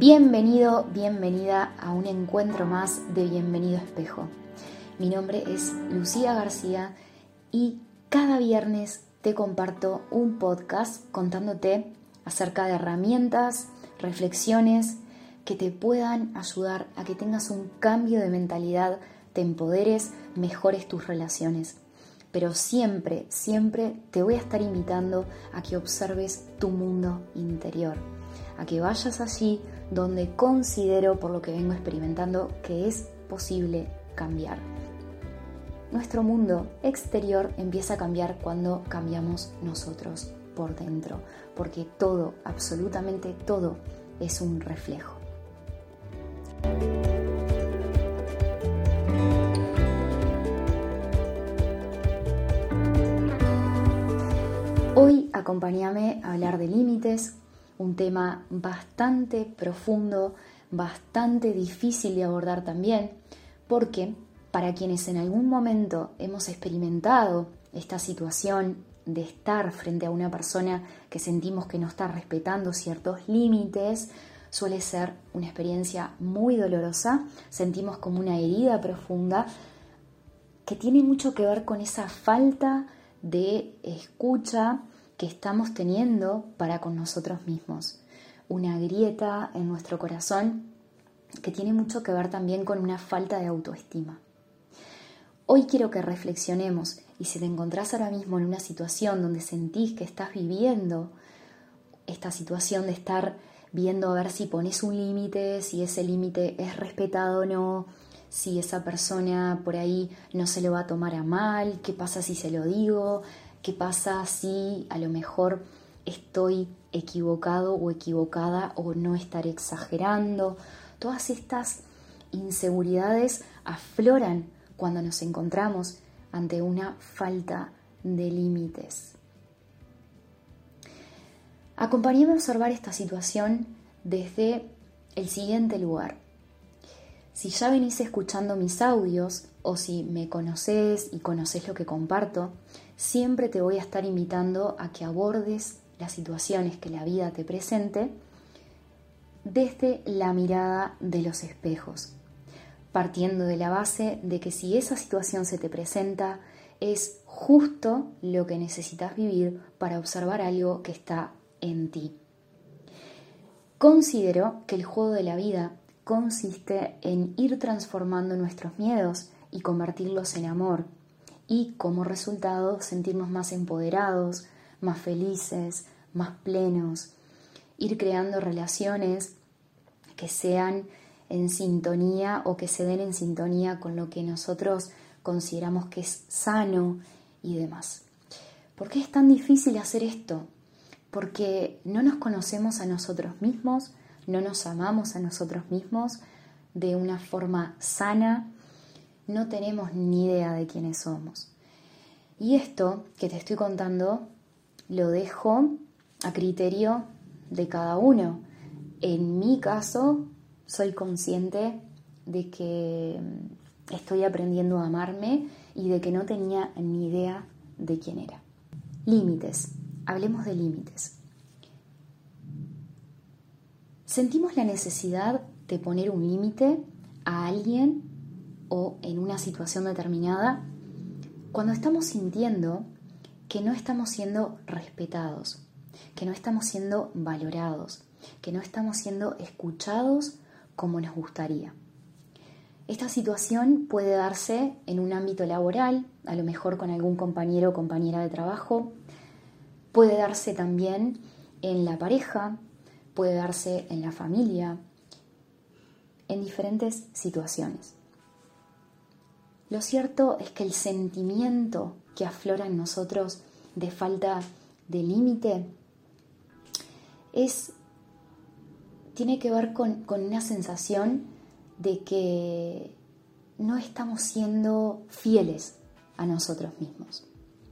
Bienvenido, bienvenida a un encuentro más de Bienvenido Espejo. Mi nombre es Lucía García y cada viernes te comparto un podcast contándote acerca de herramientas, reflexiones que te puedan ayudar a que tengas un cambio de mentalidad, te empoderes, mejores tus relaciones. Pero siempre te voy a estar invitando a que observes tu mundo interior, a que vayas allí donde considero, por lo que vengo experimentando, que es posible cambiar. Nuestro mundo exterior empieza a cambiar cuando cambiamos nosotros por dentro, porque todo, absolutamente todo, es un reflejo. Hoy acompáñame a hablar de límites, un tema bastante profundo, bastante difícil de abordar también, porque para quienes en algún momento hemos experimentado esta situación de estar frente a una persona que sentimos que no está respetando ciertos límites, suele ser una experiencia muy dolorosa, sentimos como una herida profunda que tiene mucho que ver con esa falta de escucha que estamos teniendo para con nosotros mismos. Una grieta en nuestro corazón que tiene mucho que ver también con una falta de autoestima. Hoy quiero que reflexionemos y si te encontrás ahora mismo en una situación donde sentís que estás viviendo esta situación de estar viendo a ver si pones un límite, si ese límite es respetado o no, si esa persona por ahí no se lo va a tomar a mal, qué pasa si se lo digo, qué pasa si a lo mejor estoy equivocado o equivocada o no estaré exagerando. Todas estas inseguridades afloran cuando nos encontramos ante una falta de límites. Acompáñame a observar esta situación desde el siguiente lugar. Si ya venís escuchando mis audios o si me conocés y conocés lo que comparto, siempre te voy a estar invitando a que abordes las situaciones que la vida te presente desde la mirada de los espejos, partiendo de la base de que si esa situación se te presenta, es justo lo que necesitas vivir para observar algo que está en ti. Considero que el juego de la vida consiste en ir transformando nuestros miedos y convertirlos en amor y como resultado sentirnos más empoderados, más felices, más plenos, ir creando relaciones que sean en sintonía o que se den en sintonía con lo que nosotros consideramos que es sano y demás. ¿Por qué es tan difícil hacer esto? Porque no nos conocemos a nosotros mismos, no nos amamos a nosotros mismos de una forma sana, no tenemos ni idea de quiénes somos. Y esto que te estoy contando lo dejo a criterio de cada uno. En mi caso, soy consciente de que estoy aprendiendo a amarme y de que no tenía ni idea de quién era. Límites. Hablemos de límites. Sentimos la necesidad de poner un límite a alguien o en una situación determinada cuando estamos sintiendo que no estamos siendo respetados, que no estamos siendo valorados, que no estamos siendo escuchados como nos gustaría. Esta situación puede darse en un ámbito laboral, a lo mejor con algún compañero o compañera de trabajo, puede darse también en la pareja, puede darse en la familia, en diferentes situaciones. Lo cierto es que el sentimiento que aflora en nosotros de falta de límite tiene que ver con una sensación de que no estamos siendo fieles a nosotros mismos.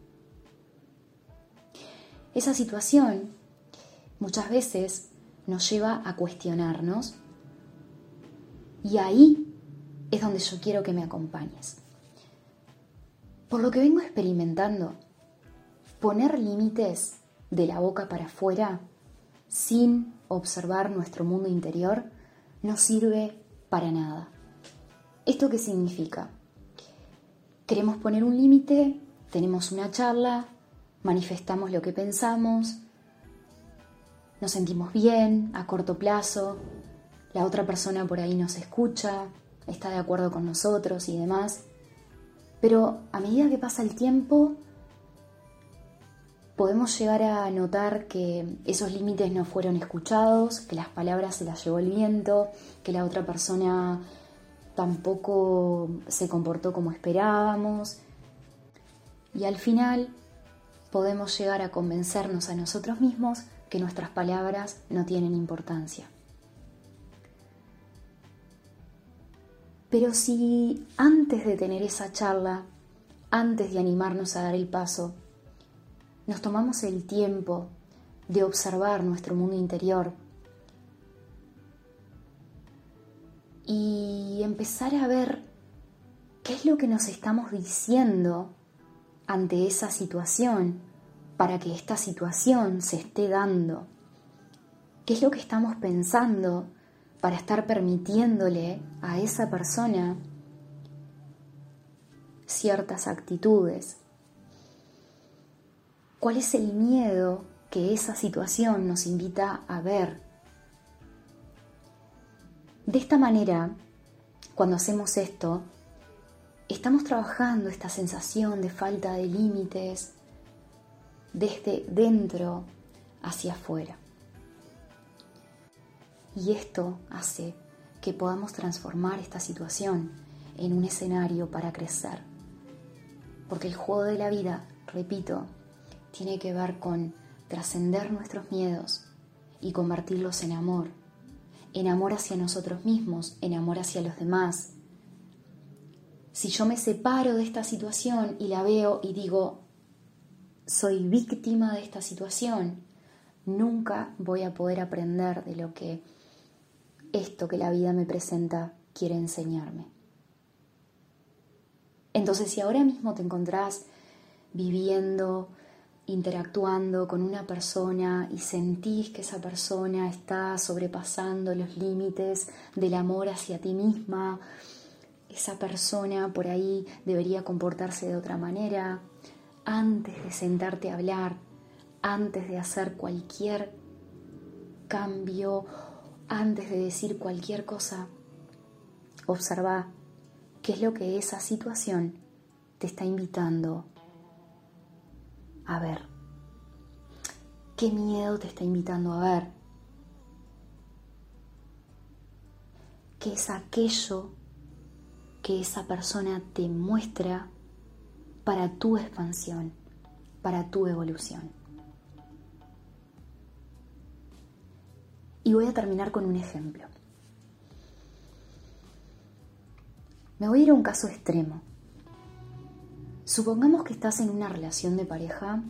Esa situación muchas veces nos lleva a cuestionarnos y ahí es donde yo quiero que me acompañes. Por lo que vengo experimentando, poner límites de la boca para afuera sin observar nuestro mundo interior no sirve para nada. ¿Esto qué significa? Queremos poner un límite, tenemos una charla, manifestamos lo que pensamos, nos sentimos bien a corto plazo, la otra persona por ahí nos escucha, está de acuerdo con nosotros y demás, pero a medida que pasa el tiempo podemos llegar a notar que esos límites no fueron escuchados, que las palabras se las llevó el viento, que la otra persona tampoco se comportó como esperábamos, y al final podemos llegar a convencernos a nosotros mismos que nuestras palabras no tienen importancia. Pero si antes de tener esa charla, antes de animarnos a dar el paso, nos tomamos el tiempo de observar nuestro mundo interior y empezar a ver qué es lo que nos estamos diciendo ante esa situación para que esta situación se esté dando, qué es lo que estamos pensando para estar permitiéndole a esa persona ciertas actitudes. ¿Cuál es el miedo que esa situación nos invita a ver? De esta manera, cuando hacemos esto, estamos trabajando esta sensación de falta de límites desde dentro hacia afuera. Y esto hace que podamos transformar esta situación en un escenario para crecer. Porque el juego de la vida, repito, tiene que ver con trascender nuestros miedos y convertirlos en amor hacia nosotros mismos, en amor hacia los demás. Si yo me separo de esta situación y la veo y digo, soy víctima de esta situación, nunca voy a poder aprender de lo que esto que la vida me presenta quiere enseñarme. Entonces, si ahora mismo te encontrás viviendo, interactuando con una persona y sentís que esa persona está sobrepasando los límites del amor hacia ti misma, esa persona por ahí debería comportarse de otra manera, antes de sentarte a hablar, antes de hacer cualquier cambio, antes de decir cualquier cosa, observa qué es lo que esa situación te está invitando a ver. ¿Qué miedo te está invitando a ver? ¿Qué es aquello que esa persona te muestra para tu expansión, para tu evolución? Y voy a terminar con un ejemplo. Me voy a ir a un caso extremo. Supongamos que estás en una relación de pareja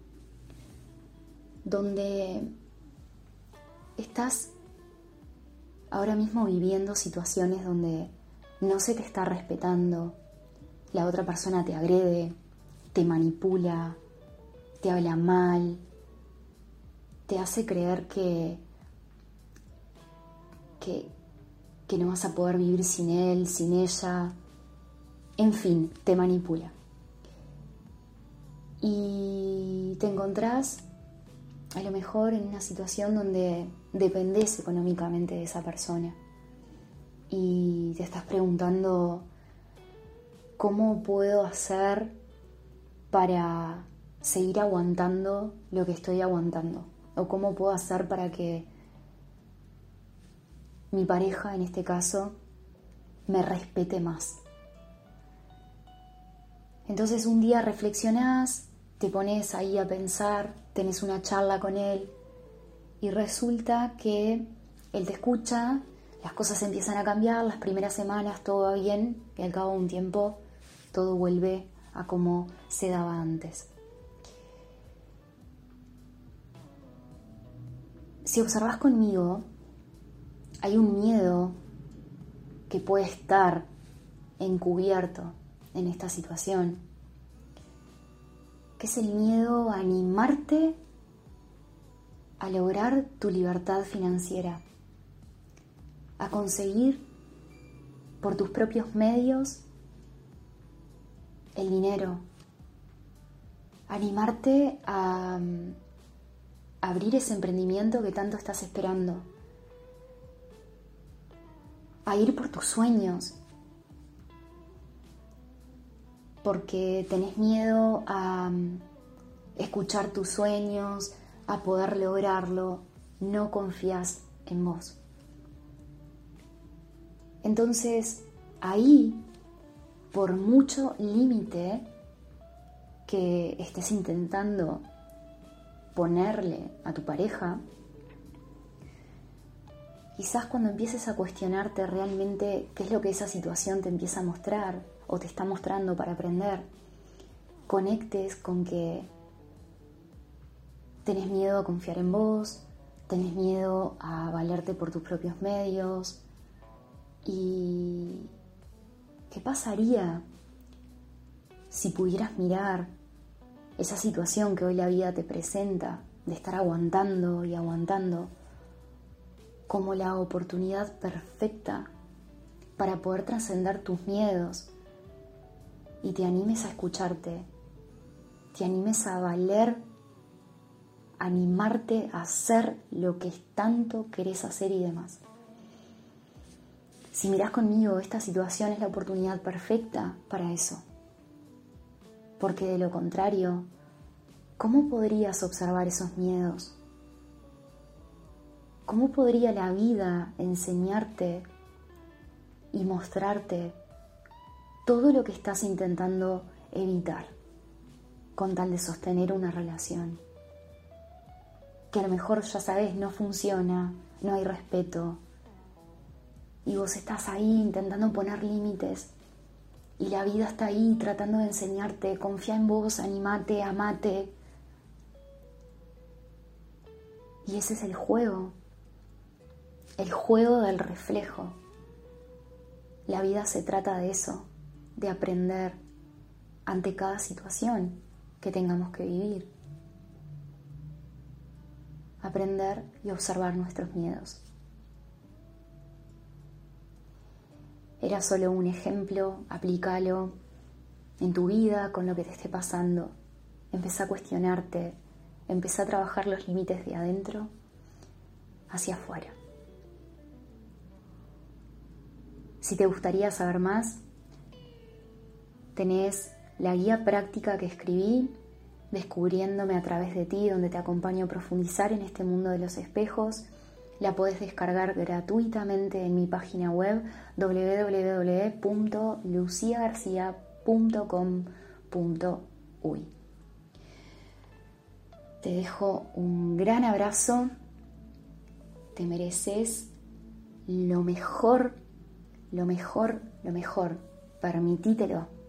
donde estás ahora mismo viviendo situaciones donde no se te está respetando, la otra persona te agrede, te manipula, te habla mal, te hace creer que no vas a poder vivir sin él, sin ella, en fin, te manipula. Y te encontrás a lo mejor en una situación donde dependés económicamente de esa persona y te estás preguntando ¿cómo puedo hacer para seguir aguantando lo que estoy aguantando? ¿O cómo puedo hacer para que mi pareja, en este caso, me respete más? Entonces un día reflexionás, te pones ahí a pensar, tenés una charla con él y resulta que él te escucha, las cosas empiezan a cambiar, las primeras semanas todo va bien y al cabo de un tiempo todo vuelve a como se daba antes. Si observás conmigo, hay un miedo que puede estar encubierto en esta situación, que es el miedo a animarte a lograr tu libertad financiera, a conseguir por tus propios medios el dinero, animarte a abrir ese emprendimiento que tanto estás esperando, a ir por tus sueños, porque tenés miedo a escuchar tus sueños, a poder lograrlo, no confías en vos. Entonces, ahí, por mucho límite que estés intentando ponerle a tu pareja, quizás cuando empieces a cuestionarte realmente qué es lo que esa situación te empieza a mostrar o te está mostrando para aprender, conectes con que tenés miedo a confiar en vos, tenés miedo a valerte por tus propios medios. ¿Y qué pasaría si pudieras mirar esa situación que hoy la vida te presenta de estar aguantando y aguantando como la oportunidad perfecta para poder trascender tus miedos y te animes a escucharte, te animes a valer, animarte a hacer lo que tanto querés hacer y demás? Si mirás conmigo, esta situación es la oportunidad perfecta para eso. Porque de lo contrario, ¿cómo podrías observar esos miedos? ¿Cómo podría la vida enseñarte y mostrarte todo lo que estás intentando evitar con tal de sostener una relación? Que a lo mejor, ya sabes, no funciona, no hay respeto. Y vos estás ahí intentando poner límites. Y la vida está ahí tratando de enseñarte, confía en vos, animate, amate. Y ese es el juego del reflejo. La vida se trata de eso, de aprender ante cada situación que tengamos que vivir. Aprender y observar nuestros miedos. Era solo un ejemplo, aplícalo en tu vida con lo que te esté pasando. Empezá a cuestionarte, empezá a trabajar los límites de adentro hacia afuera. Si te gustaría saber más, tenés la guía práctica que escribí, Descubriéndome a través de ti, donde te acompaño a profundizar en este mundo de los espejos. La podés descargar gratuitamente en mi página web www.luciagarcia.com.uy. Te dejo un gran abrazo. Te mereces lo mejor, lo mejor, lo mejor. Permitítelo.